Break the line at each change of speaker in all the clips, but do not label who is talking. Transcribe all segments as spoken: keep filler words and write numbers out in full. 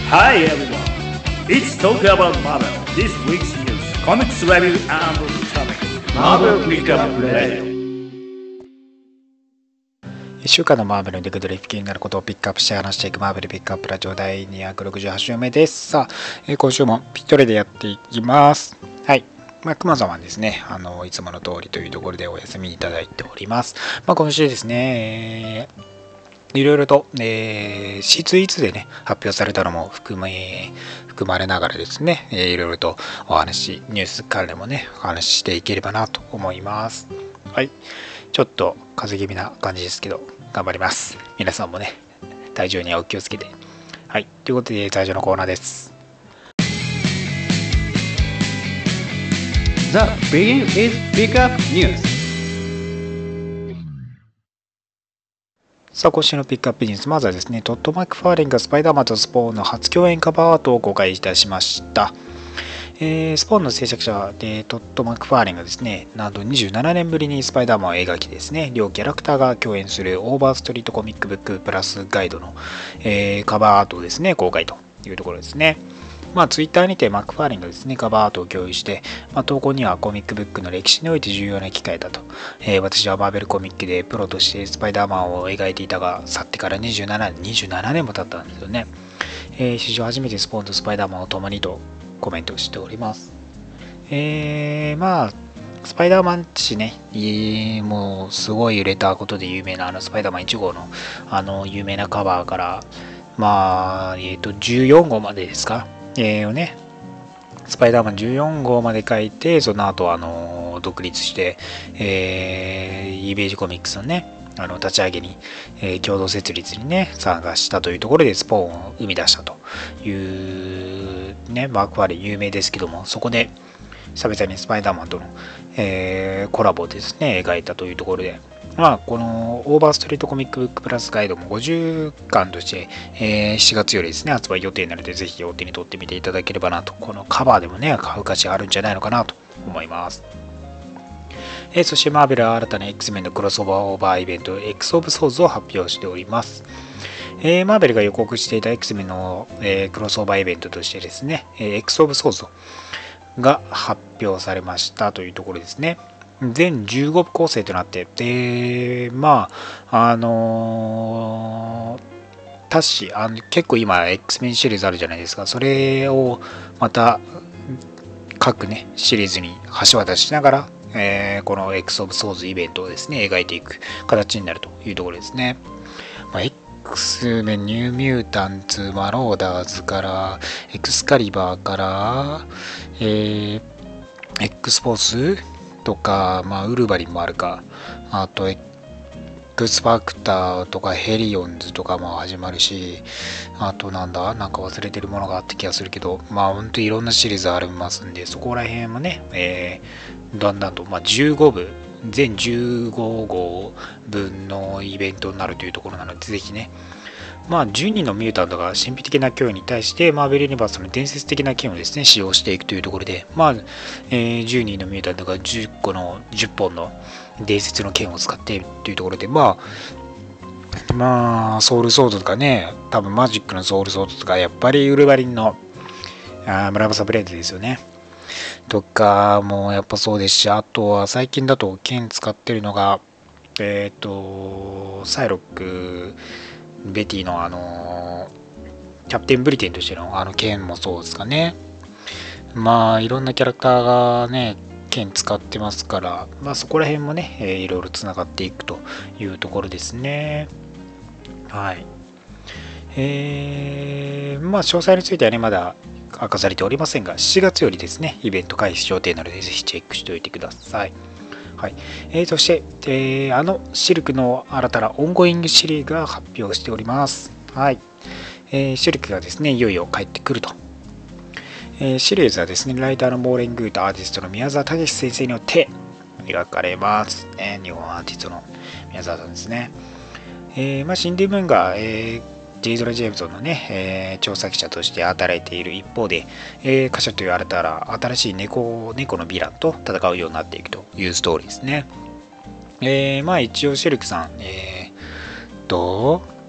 Hi everyone, it's Talk About Marvel. This week's news, comics review and topics. Marvel Pickup Radio.
いっしゅうかんのマーベルに出る気になることをピックアップして話していくマーベルピックアップラジオだいにひゃくろくじゅうはち週目です。さあ、えー、今週もピットレでやっていきます。はい。まあ、熊さんはですね、あの、いつもの通りというところでお休みいただいております。まあ、今週ですね、えーいろいろと、えー、シーツイーツでね、発表されたのも含め、含まれながらですね、えー、いろいろとお話、ニュース関連もね、お話ししていければなと思います。はい。ちょっと風邪気味な感じですけど、頑張ります。皆さんもね、体調にはお気をつけて。はい。ということで、最初のコーナーです。
The Begin is Pickup News。
さあ、今週のピックアップニュース、まずはですね、トッド・マクファーレンがスパイダーマンとスポーンの初共演カバーアートを公開いたしました。えー、スポーンの制作者でトッド・マクファーレンがですね、なんとにじゅうななねんぶりにスパイダーマンを描きですね、両キャラクターが共演するオーバーストリートコミックブックプラスガイドの、えー、カバーアートをですね、公開というところですね。まあ、ツイッターにてマクファーレンがですね、カバーアートを共有して、まあ、投稿にはコミックブックの歴史において重要な機会だと。えー、私はマーベルコミックでプロとしてスパイダーマンを描いていたが、去ってからにじゅうななねん、にじゅうななねんも経ったんですよね。えー、史上初めてスポーンとスパイダーマンを共にとコメントしております。えー、まあ、スパイダーマン誌ね、もうすごい売れたことで有名なあのスパイダーマンいち号のあの有名なカバーから、まあ、えっと、じゅうよん号までですか。えー、ね、スパイダーマンじゅうよん号まで書いて、その後あの独立して、えー、イーベージコミックスのね、あの立ち上げに、えー、共同設立にね、参加したというところでスポーンを生み出したという、ね、マーク・ファーレン有名ですけども、そこで久々にスパイダーマンとの、えー、コラボをですね、描いたというところで、まあ、このオーバーストリートコミックブックプラスガイドもごじゅっかんとして、えー、しちがつよりですね、発売予定なので、ぜひお手に取ってみていただければなと、このカバーでもね、買う価値あるんじゃないのかなと思います。えー、そしてマーベルは新たな X メンのクロスオーバーイベント X オブソーズを発表しております。えー、マーベルが予告していた X メンの、えー、クロスオーバーイベントとしてですね、えー、X オブソーズが発表されましたというところですね。全じゅうごぶ構成となって、で、まあ、あのー、タッシあの結構今 X メンシリーズあるじゃないですか。それをまた各ね、シリーズに橋渡しながら、えー、この X オブソーズイベントをですね、描いていく形になるというところですね。まあ、X メン、ニューミュータンツ、マローダーズから、エクスカリバーから、えー、X フォースとか、まあ、ウルヴァリンもあるか、あと X ファクターとかヘリオンズとかも始まるし、あとなんだ、なんか忘れてるものがあった気がするけど、まあ本当にいろんなシリーズありますんで、そこら辺もね、えー、だんだんと、まあ、じゅうごぶ、全じゅうご号分のイベントになるというところなので、ぜひね、まあ、じゅうにんのミュータントが神秘的な脅威に対して、マーベルユニバースの伝説的な剣をですね、使用していくというところで、まあ、えー、じゅうにんのミュータントがじゅっこの、じゅっぽんの伝説の剣を使ってというところで、まあ、まあ、ソウルソードとかね、多分マジックのソウルソードとか、やっぱりウルヴァリンのあムラバサブレードですよね。とかもやっぱそうですし、あとは最近だと剣使ってるのが、えっ、ー、と、サイロック、ベティのあのキャプテンブリテンとしてのあの剣もそうですかね。まあいろんなキャラクターがね剣使ってますから、まあそこら辺もね、えー、いろいろつながっていくというところですね。はい。えー、まあ詳細についてはねまだ明かされておりませんが、しちがつよりですねイベント開始予定なのでぜひチェックしておいてください。はい、えー、そして、えー、あのシルクの新たなオンゴイングシリーズが発表しております。はい、えー、シルクがですねいよいよ帰ってくると、えー、シリーズはですねライターのモーレン・グーとアーティストの宮沢武先生によって描かれます、ね、日本アーティストの宮沢さんですね。えーまあ、シンディ・ムーンが、えージェイドラ・ジェームソンのね、えー、調査記者として働いている一方で、えー、カシャという新たな新しい猫、猫のヴィランと戦うようになっていくというストーリーですね。えー、まあ一応シルクさん、えー、と、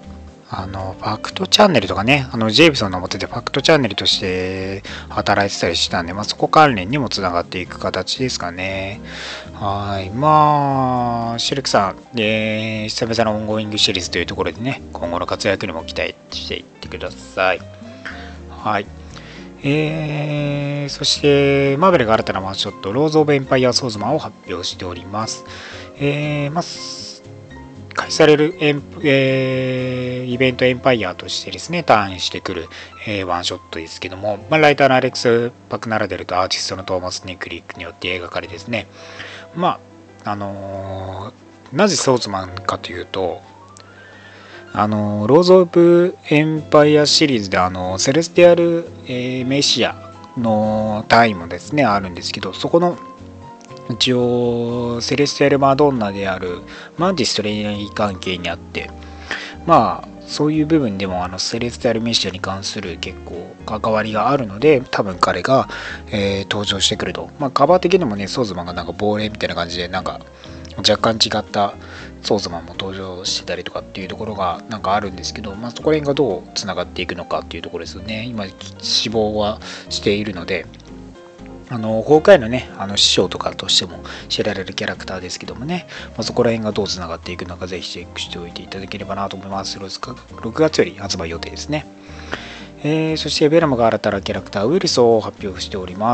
あのファクトチャンネルとかね、あのジェイブソンの表でファクトチャンネルとして働いてたりしたんで、まあ、そこ関連にもつながっていく形ですかね。はい。まあ、シルクさん、えー、久々のオンゴーイングシリーズというところでね、今後の活躍にも期待していってください。はい。えー、そして、マーベルが新たなワンショット、ローズ・オブ・エンパイア・ソーズマンを発表しております。えー、まあ開催されるエン、えー、イベントエンパイアとしてですね、ターンしてくる、えー、ワンショットですけども、まあ、ライターのアレックス・パクナラデルとアーティストのトーマス・ニクリックによって描かれですね、まあ、あのー、なぜソーズマンかというと、あのー、ローズ・オブ・エンパイアシリーズで、あのー、セレスティアル、えー、メシアの単位もですね、あるんですけど、そこの一応セレスティアルマドンナであるマンティスと恋愛関係にあって、まあそういう部分でもあのセレスティアルメシアに関する結構関わりがあるので、多分彼が、えー、登場してくると。まあカバー的にもね、ソーズマンがなんか亡霊みたいな感じで、なんか若干違ったソーズマンも登場してたりとかっていうところがなんかあるんですけど、まあそこら辺がどうつながっていくのかっていうところですよね。今死亡はしているので、あのホーカイのね、あの師匠とかとしても知られるキャラクターですけどもね、まあ、そこら辺がどうつながっていくのかぜひチェックしておいていただければなと思います。ろくがつより発売予定ですね。えー、そしてベラムが新たなキャラクターウイルスを発表しております。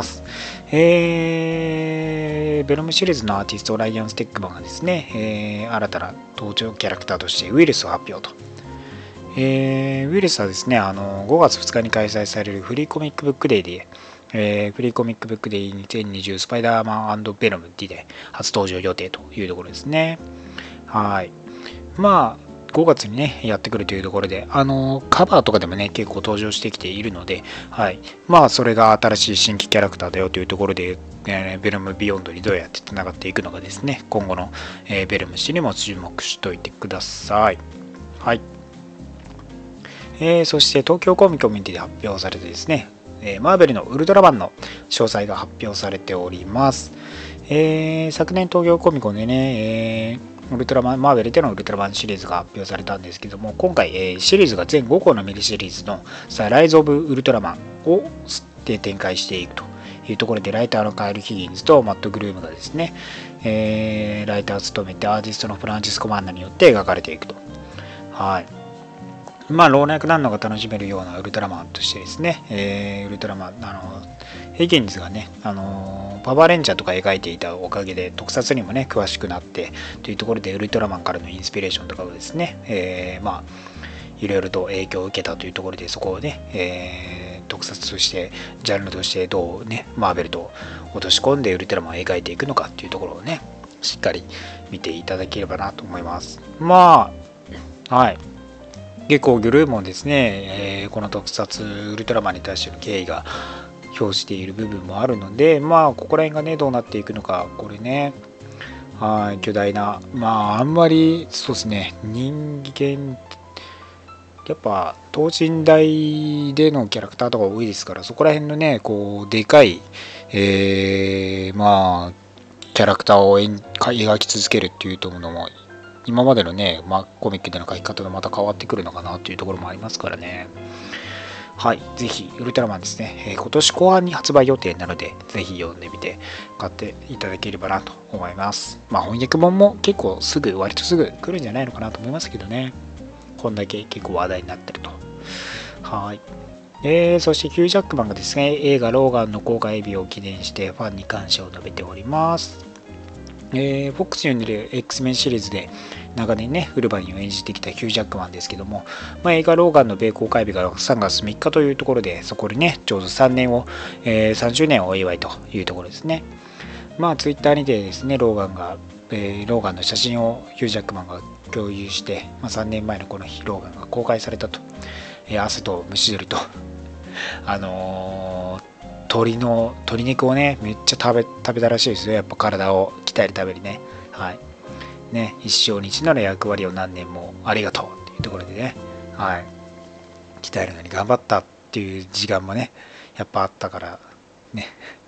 えー、ベラムシリーズのアーティストライアン・ステックマンがですね、えー、新たな登場キャラクターとしてウイルスを発表と。えー、ウイルスはですね、あのごがつふつかに開催されるフリーコミックブックデーで、えー、フリーコミックブックデーにせんにじゅうスパイダーマン&ベノム D で初登場予定というところですね。はい。まあ、ごがつにね、やってくるというところで、あの、カバーとかでもね、結構登場してきているので、はい。まあ、それが新しい新規キャラクターだよというところで、えー、ベノムビヨンドにどうやってつながっていくのかですね、今後の、えー、ベルム氏にも注目しておいてください。はい。えー、そして東京コミコミュニティで発表されてですね、マーベルのウルトラマンの詳細が発表されております。えー、昨年東京コミコンでね、えー、ウルトラマン、マーベルでのウルトラマンシリーズが発表されたんですけども、今回、えー、シリーズが全ごこのミニシリーズのザ・ライズ・オブ・ウルトラマンをで展開していくというところで、ライターのカエル・ヒギンズとマット・グルームがですね、えー、ライターを務めてアーティストのフランチスコ・マンナによって描かれていくと。はい。まあ、老若男女が楽しめるようなウルトラマンとしてですね、えー、ウルトラマン、あの、ヒギンズがね、あの、パワーレンジャーとか描いていたおかげで、特撮にもね、詳しくなって、というところで、ウルトラマンからのインスピレーションとかをですね、えー、まあ、いろいろと影響を受けたというところで、そこをね、えー、特撮として、ジャンルとしてどうね、マーベルと落とし込んでウルトラマンを描いていくのかっていうところをね、しっかり見ていただければなと思います。まあ、はい。結構グルーもですね、えー、この特撮ウルトラマンに対しての敬意が表している部分もあるので、まあここら辺がねどうなっていくのか、これね、はい、巨大な、まああんまりそうですね、人間やっぱ等身大でのキャラクターとか多いですから、そこら辺のねこうでかい、えー、まあキャラクターを描き続けるっていうとのも今までのね、まあ、コミックでの書き方とまた変わってくるのかなというところもありますからね。はい、ぜひ、ウルトラマンですね、えー、今年後半に発売予定なので、ぜひ読んでみて買っていただければなと思います。まあ、翻訳本も結構すぐ、割とすぐ来るんじゃないのかなと思いますけどね。こんだけ結構話題になってると。はい。えー、そしてヒュージャックマンがですね、映画ローガンの公開日を記念してファンに感謝を述べております。えー、フォックスによる X メンシリーズで長年ね、フルバニーを演じてきたヒュージャックマンですけども、まあ、映画ローガンの米公開日がさんがつみっかというところで、そこでね、ちょうどさんねんを、えー、さんじゅうねんをお祝いというところですね。まあ、ツイッターにてですね、ローガンが、えー、ローガンの写真をヒュージャックマンが共有して、まあ、さんねんまえのこの日、ローガンが公開されたと。えー、汗と蒸し鶏と、あのー、鶏の、鶏肉をね、めっちゃ食べ、食べたらしいですよ。やっぱ体を鍛えるためにね。はい。ね、一生に一度の役割を何年もありがとうっていうところでね、はい。鍛えるのに頑張ったっていう時間もね、やっぱあったから、ね。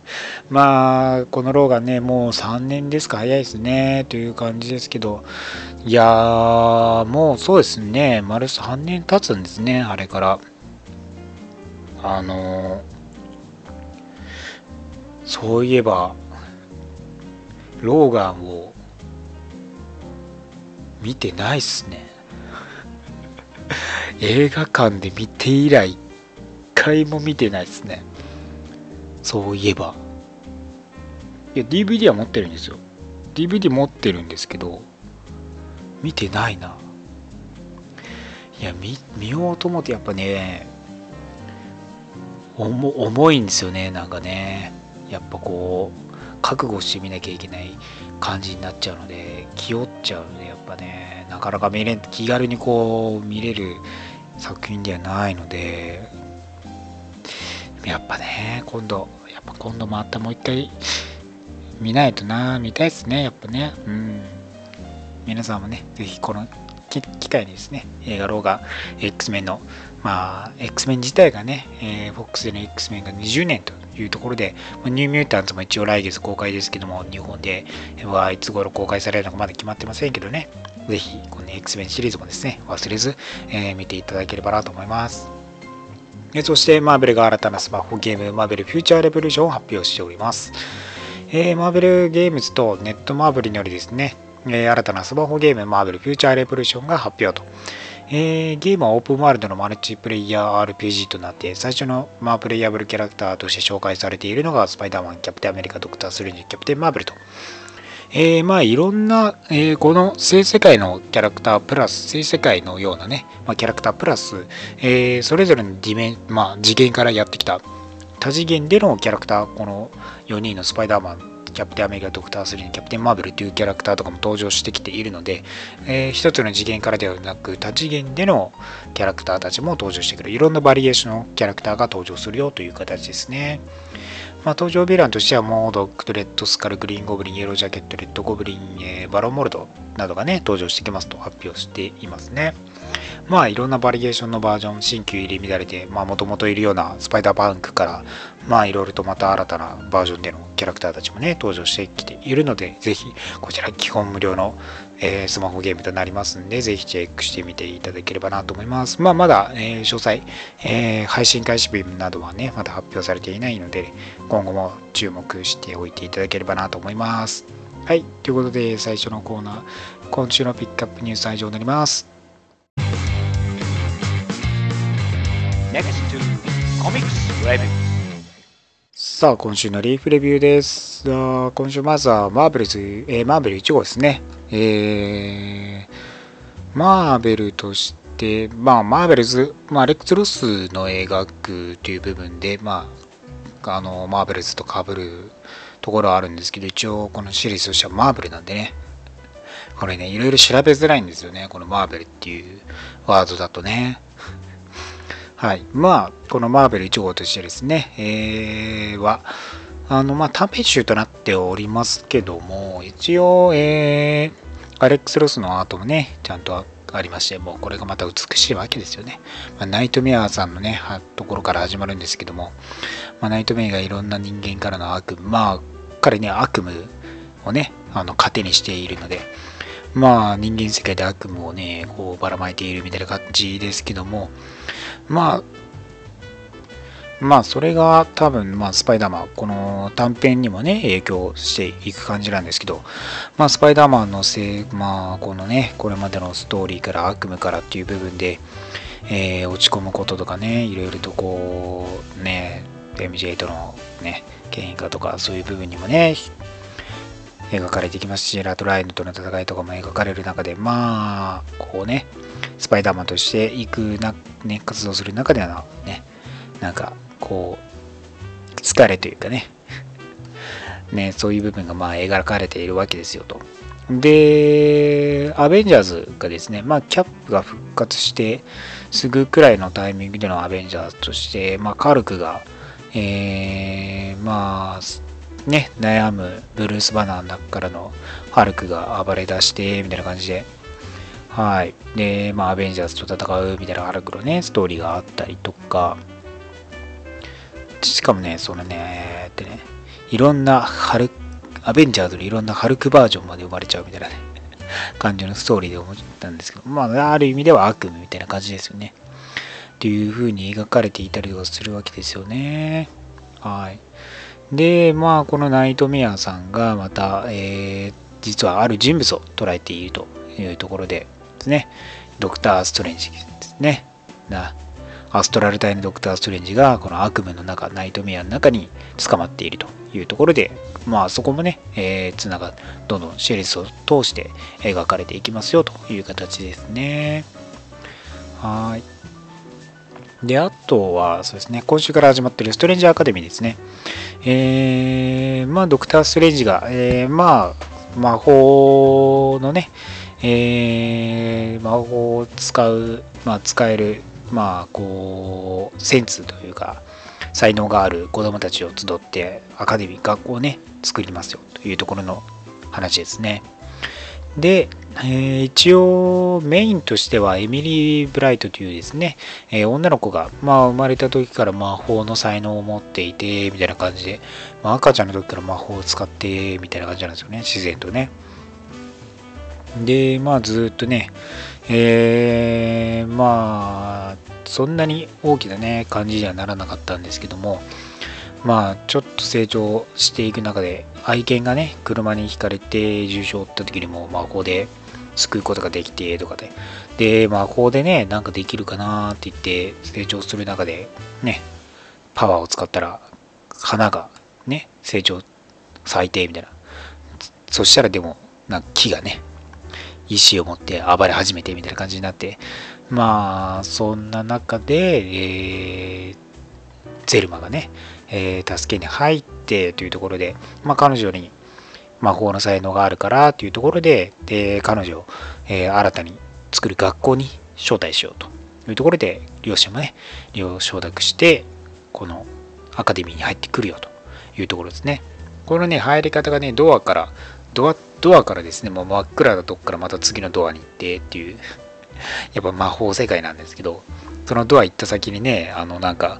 まあ、このローガンね、もうさんねんですか、早いですね、という感じですけど、いやー、もうそうですね、丸さんねん経つんですね、あれから。あのー、そういえば、ローガンを見てないっすね。映画館で見て以来、一回も見てないっすね。そういえば。いや、ディーブイディー は持ってるんですよ。ディーブイディー 持ってるんですけど、見てないな。いや、見、見ようと思ってやっぱね、重重いんですよね、なんかね。やっぱこう、覚悟して見なきゃいけない感じになっちゃうので、気負っちゃうので、やっぱね、なかなか見れん、気軽にこう、見れる作品ではないので、やっぱね、今度、やっぱ今度またもう一回見ないとな、見たいですね、やっぱね。うん。皆さんもね、ぜひこの機会にですね、映画ローガン X メンの、まあ、X メン自体がね、えー、フォックスでの X メンがにじゅうねんというところで、ニューミュータンズも一応来月公開ですけども、日本ではいつ頃公開されるのかまだ決まってませんけどね、ぜひこの X メンシリーズもですね、忘れず、えー、見ていただければなと思います。そして、マーベルが新たなスマホゲーム、マーベルフューチャーレボリューションを発表しております。えー、マーベルゲームズとネットマーベルによりですね、えー、新たなスマホゲーム、マーベルフューチャーレボリューションが発表と。えー、ゲームはオープンワールドのマルチプレイヤー アールピージー となって、最初の、まあ、プレイヤブルキャラクターとして紹介されているのがスパイダーマン、キャプテンアメリカ、ドクター・ストレンジ、キャプテン・マーベルと。えー、まあいろんな、えー、この聖世界のキャラクタープラス、聖世界のようなね、まあ、キャラクタープラス、えー、それぞれのディメン、まあ、次元からやってきた多次元でのキャラクター、このよにんのスパイダーマン、キャプテンアメリカ、ドクター・ストレンジ、キャプテン・マーベルというキャラクターとかも登場してきているので、えー、一つの次元からではなく多次元でのキャラクターたちも登場してくる、いろんなバリエーションのキャラクターが登場するよという形ですね。まあ、登場ヴィランとしてはモードック、レッドスカル、グリーンゴブリン、イエロージャケット、レッドゴブリン、えー、バロンモルドなどがね登場してきますと発表していますね。まあいろんなバリエーションのバージョン、新旧入り乱れて、まあもともといるようなスパイダーバンクから、まあいろいろとまた新たなバージョンでのキャラクターたちもね、登場してきているので、ぜひこちら基本無料の、えー、スマホゲームとなりますんで、ぜひチェックしてみていただければなと思います。まあまだ、えー、詳細、えー、配信開始日などはね、まだ発表されていないので、今後も注目しておいていただければなと思います。はい、ということで最初のコーナー、今週のピックアップニュースは以上になります。
Next to Comics Review。
さあ、今週のリーフレビューです。あ今週まずはマーベルズ、えー、マーベルいち号ですね。えー、マーベルとして、まあ、マーベルズ、まあ、アレックス・ロスの描くという部分で、まあ、あの、マーベルズと被るところはあるんですけど、一応このシリーズとしてはマーベルなんでね、これね、いろいろ調べづらいんですよね、このマーベルっていうワードだとね。はい。まあ、このマーベルいち号としてですね、えー、は、あの、まあ、短編集となっておりますけども、一応、えー、アレックス・ロスのアートもね、ちゃんとありまして、もうこれがまた美しいわけですよね。まあ、ナイトメアさんのね、ところから始まるんですけども、まあ、ナイトメアがいろんな人間からの悪夢、まあ、彼ね、悪夢をね、あの、糧にしているので、まあ、人間世界で悪夢をね、こう、ばらまいているみたいな感じですけども、まあ、まあ、それが多分、まあ、スパイダーマン、この短編にもね、影響していく感じなんですけど、まあ、スパイダーマンのせい、まあ、このね、これまでのストーリーから悪夢からっていう部分で、えー、落ち込むこととかね、いろいろとこう、ね、エムジェー とのね、喧嘩とか、そういう部分にもね、描かれてきますし、ラトライヌとの戦いとかも描かれる中で、まあ、こうね、スパイダーマンとして行くな、ね、活動する中ではね、なんか、こう、疲れというかね、ね、そういう部分がまあ描かれているわけですよと。で、アベンジャーズがですね、まあ、キャップが復活してすぐくらいのタイミングでのアベンジャーズとして、まあ、カルクが、えー、まあ、ね、悩むブルース・バナーの中からのハルクが暴れ出して、みたいな感じで、はい。で、まあ、アベンジャーズと戦うみたいなハルクのね、ストーリーがあったりとか、しかもね、そのね、ってね、 いろんなハルアベンジャーズのいろんなハルクバージョンまで生まれちゃうみたいなね感じのストーリーで思ったんですけど、まあある意味では悪夢みたいな感じですよねっていう風に描かれていたりはするわけですよね。はい。でまあこのナイトメアさんがまた、えー、実はある人物を捉えているというところでですね、ドクター・ストレンジですね。なアストラル体のドクター・ストレンジがこの悪夢の中、ナイトメアの中に捕まっているというところで、まあそこもね、えー、つながどんどんシリーズを通して描かれていきますよという形ですね。はい。で、あとはそうですね、今週から始まっているストレンジアカデミーですね。えー、まあドクター・ストレンジが、えー、まあ魔法のね、えー、魔法を使う、まあ使える、まあこうセンスというか才能がある子どもたちを集ってアカデミー学校をね作りますよというところの話ですね。で、えー、一応メインとしてはエミリー・ブライトというですね、えー、女の子が、まあ、生まれた時から魔法の才能を持っていてみたいな感じで、まあ、赤ちゃんの時から魔法を使ってみたいな感じなんですよね、自然とね。でまあずっとね、えー、まあそんなに大きなね感じにはならなかったんですけども、まあちょっと成長していく中で愛犬がね車にひかれて重傷を負った時にも魔法で救うことができてとかでで魔法でねなんかできるかなって言って成長する中でねパワーを使ったら花がね成長咲いてみたいな、そしたらでもなんか木がね意志を持って暴れ始めてみたいな感じになって、まあそんな中で、えー、ゼルマがね、えー、助けに入ってというところで、まあ、彼女に魔法の才能があるからというところで、で彼女を、えー、新たに作る学校に招待しようというところで両親もね両承諾してこのアカデミーに入ってくるよというところですね。このね入り方がねドアからドアドアからですね、もう真っ暗なとこからまた次のドアに行ってっていうやっぱ魔法世界なんですけど、そのドア行った先にねあのなんか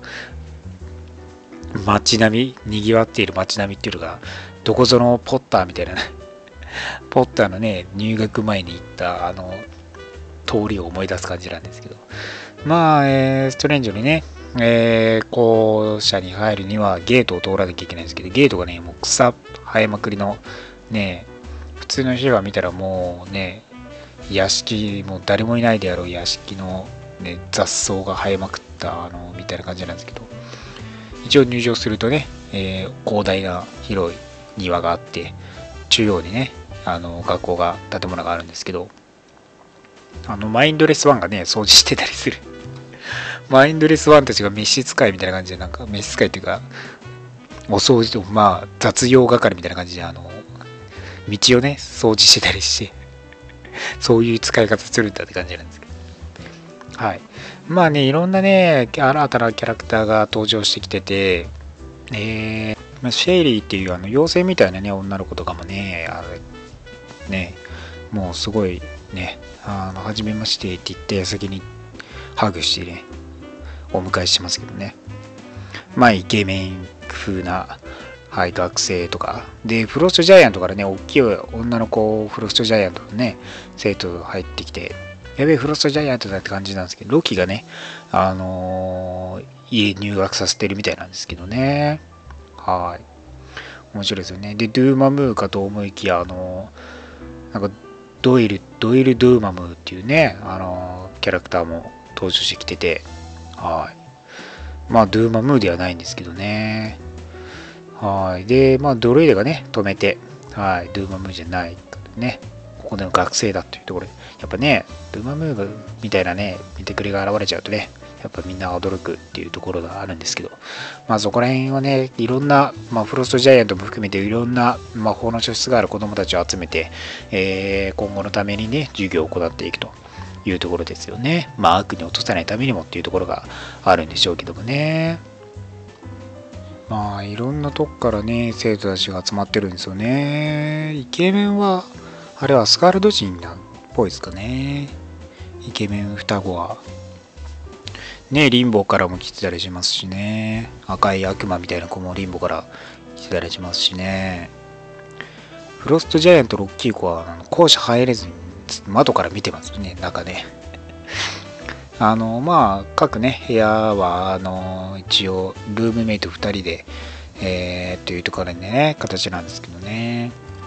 街並み、賑わっている街並みっていうのがどこぞのポッターみたいなねポッターのね入学前に行ったあの通りを思い出す感じなんですけど、まあ、えー、ストレンジにね、えー、校舎に入るにはゲートを通らなきゃいけないんですけど、ゲートがねもう草生えまくりのね、普通の人が見たらもうね屋敷もう誰もいないであろう屋敷の、ね、雑草が生えまくったあのみたいな感じなんですけど、一応入場するとね、えー、広大な広い庭があって中央にねあの学校が建物があるんですけど、あのマインドレスワンがね掃除してたりするマインドレスワンたちが召使いみたいな感じで、なんか召使いっていうかお掃除とまあ雑用係みたいな感じであの道をね掃除してたりしてそういう使い方するんだって感じなんですけど、はい。まあねいろんなね新たなキャラクターが登場してきてて、えー、シェイリーっていうあの妖精みたいなね女の子とかもねあれねもうすごいねあの初めましてって言って先にハグしてねお迎えしますけどね、まあイケメン風な、はい、学生とかでフロストジャイアントからね大きい女の子フロストジャイアントのね生徒が入ってきて、やべえフロストジャイアントだって感じなんですけど、ロキがねあのー、家入学させてるみたいなんですけどね、はい面白いですよね。でドゥーマムーかと思いきやあのー、なんかドイルドイルドゥーマムーっていうねあのー、キャラクターも登場してきてて、はいまあドゥーマムーではないんですけどね、はいでまあドロイドがね止めて、はいドゥーマムーじゃないねここでの学生だというところでやっぱねドゥーマムーみたいなね見てくれが現れちゃうとねやっぱみんな驚くっていうところがあるんですけど、まあそこら辺はねいろんな、まあ、フロストジャイアントも含めていろんな魔法の素質がある子どもたちを集めて、えー、今後のためにね授業を行っていくというところですよね。まあ悪に落とさないためにもっていうところがあるんでしょうけどもね、まあいろんなとこからね生徒たちが集まってるんですよね。イケメンはあれはスカールド人っぽいですかね。イケメン双子はねリンボからも来てたりしますしね、赤い悪魔みたいな子もリンボから来てたりしますしね。フロストジャイアントロッキーコはあの校舎入れずに窓から見てますね、中ね。あのまあ各ね部屋はあの一応ルームメイトふたりで、えー、というところでね形なんですけどね。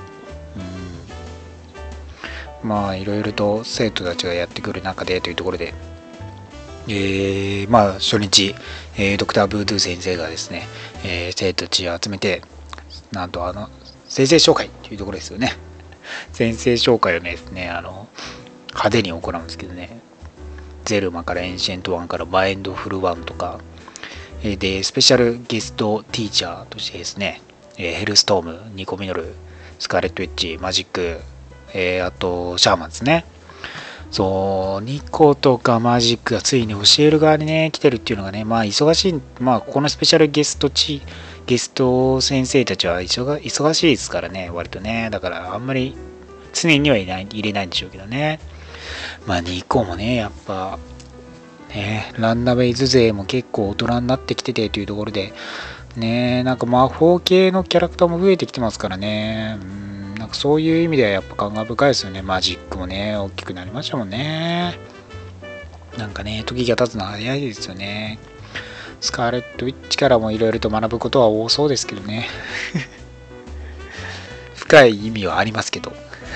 うん、まあいろいろと生徒たちがやってくる中でというところで、えー、まあ初日、えー、ドクターブードゥ先生がですね、えー、生徒たちを集めてなんとあの先生紹介というところですよね。先生紹介をですねあの派手に行うんですけどね。ゼルマからエンシェントワンからバインドフルワンとかでスペシャルゲストティーチャーとしてですねヘルストーム、ニコミノル、スカーレットウィッチ、マジック、えー、あとシャーマンですね。そうニコとかマジックがついに教える側にね来てるっていうのがね、まあ忙しい、まあこのスペシャルゲストチゲスト先生たちは忙忙しいですからね、割とね。だからあんまり常にはいない入れないんでしょうけどね。まあニコもねやっぱねランナウェイズ勢も結構大人になってきててというところでね、なんか魔法系のキャラクターも増えてきてますからね。うん、なんかそういう意味ではやっぱ感慨深いですよね。マジックもね大きくなりましたもんね。なんかね時が経つの早いですよね。スカーレットウィッチからもいろいろと学ぶことは多そうですけどね。深い意味はありますけど。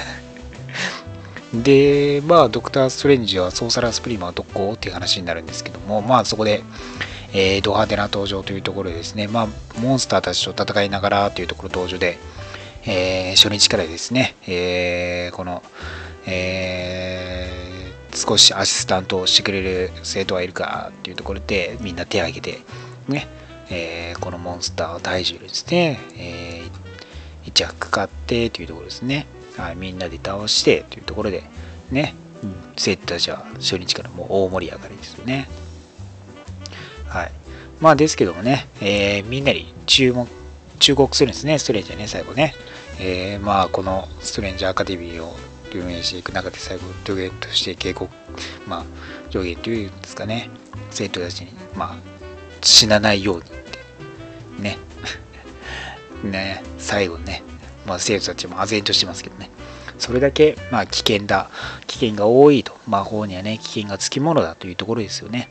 で、まあ、ドクター・ストレンジはソーサラー・スプリームはどこっていう話になるんですけども、まあ、そこで、えー、ド派手な登場というところでですね、まあ、モンスターたちと戦いながらというところ登場で、えー、初日からですね、えー、この、えー、少しアシスタントをしてくれる生徒はいるかっていうところで、みんな手を挙げて、ね、えー、このモンスターを大樹ですね、えー、一着買ってというところですね。はい、みんなで倒してというところでね、うん、生徒たちは初日からもう大盛り上がりですよね。はい。まあですけどもね、えー、みんなに注目、忠告するんですね、ストレンジャーね、最後ね。えー、まあこのストレンジャーアカデミーを運営していく中で最後助言として警告、まあ助言というんですかね、生徒たちにまあ死なないようにってね、ね、最後ね、まあ、生徒たちも唖然としてますけどね。それだけ、まあ、危険だ。危険が多いと。魔法にはね、危険がつきものだというところですよね。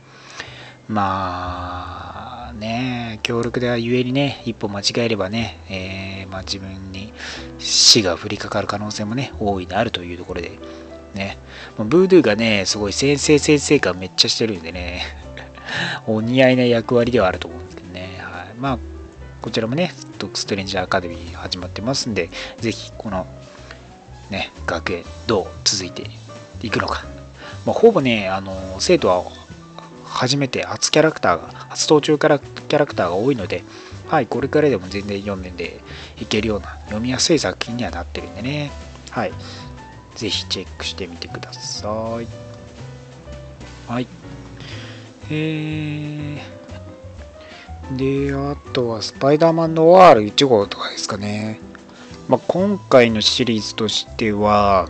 まあ、ね、強力ではゆえにね、一歩間違えればね、えー、まあ、自分に死が降りかかる可能性もね、大いにあるというところで、ね。ブードゥーがね、すごい先生先生感めっちゃしてるんでね、お似合いな役割ではあると思うんですけどね。はい。まあこちらもね、ドクストレンジャーアカデミー始まってますんで、ぜひこのね、学園どう続いていくのか。まあ、ほぼね、あの生徒は初めて初キャラクターが、初登場からキャラクターが多いので、はい、これからでも全然読んでいけるような読みやすい作品にはなってるんでね、はい、ぜひチェックしてみてください。はい。えーで、あとはスパイダーマンノワールいち号とかですかね。まあ、今回のシリーズとしては、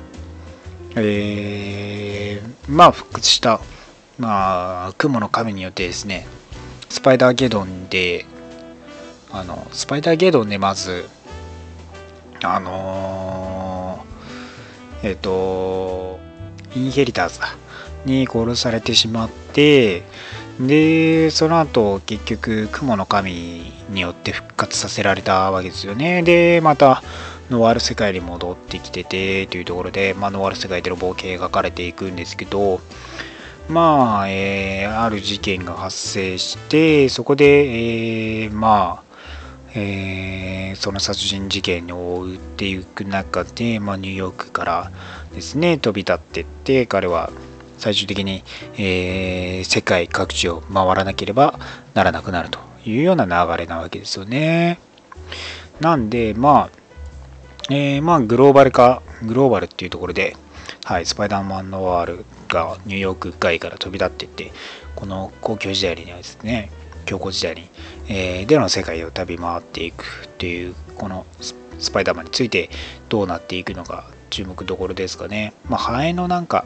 えー、まあ、復活した、まあ、雲の神によってですね、スパイダーゲドンで、あの、スパイダーゲドンでまず、あのー、えっ、ー、と、インヘリターズに殺されてしまって、でその後結局雲の神によって復活させられたわけですよね。でまたノワール世界に戻ってきててというところで、まあ、ノワール世界での冒険が描かれていくんですけど、まあ、えー、ある事件が発生してそこで、えー、まあ、えー、その殺人事件を追っていく中で、まあ、ニューヨークからですね飛び立っていって彼は最終的に、えー、世界各地を回らなければならなくなるというような流れなわけですよね。なんで、まあ、えー、まあ、グローバル化、グローバルっていうところで、はい、スパイダーマンノワールがニューヨーク外から飛び立っていって、この公共時代にはですね、強行時代に、えー、での世界を旅回っていくっていう、このスパイダーマンについてどうなっていくのか注目どころですかね。まあ、ハエのなんか、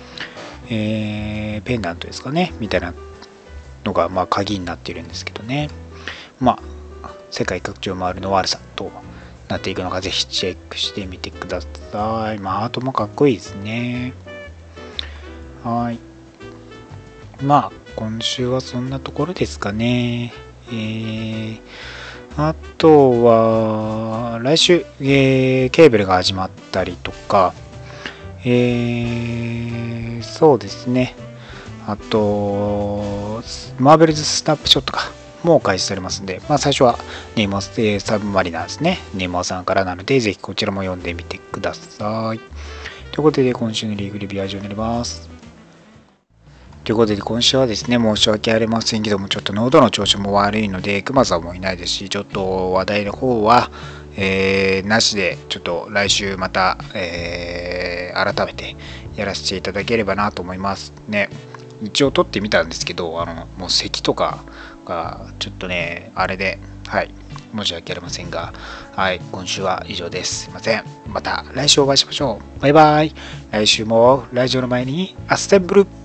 えー、ペンダントですかねみたいなのがまあ鍵になっているんですけどね。まあ世界各地を回るの悪さとなっていくのか、ぜひチェックしてみてください。まあ、あともかっこいいですね。はい。まあ、今週はそんなところですかね。えー、あとは、来週、えー、ケーブルが始まったりとか、えー、そうですね。あと、マーベルズスナップショットか。もう開始されますんで、まあ、最初はネイモス、えー、サブマリナーですね。ネイモさんからなので、ぜひこちらも読んでみてください。ということで、今週のリーグレビューは以上になります。ということで、今週はですね、申し訳ありませんけども、ちょっと喉の調子も悪いので、熊さんもいないですし、ちょっと話題の方は、えー、なしで、ちょっと来週また、えー、改めてやらせていただければなと思いますね。一応撮ってみたんですけど、あの、もう咳とかが、ちょっとね、あれで、はい、申し訳ありませんが、はい、今週は以上です。すいません。また来週お会いしましょう。バイバイ。来週もラジオの前にアッセンブル。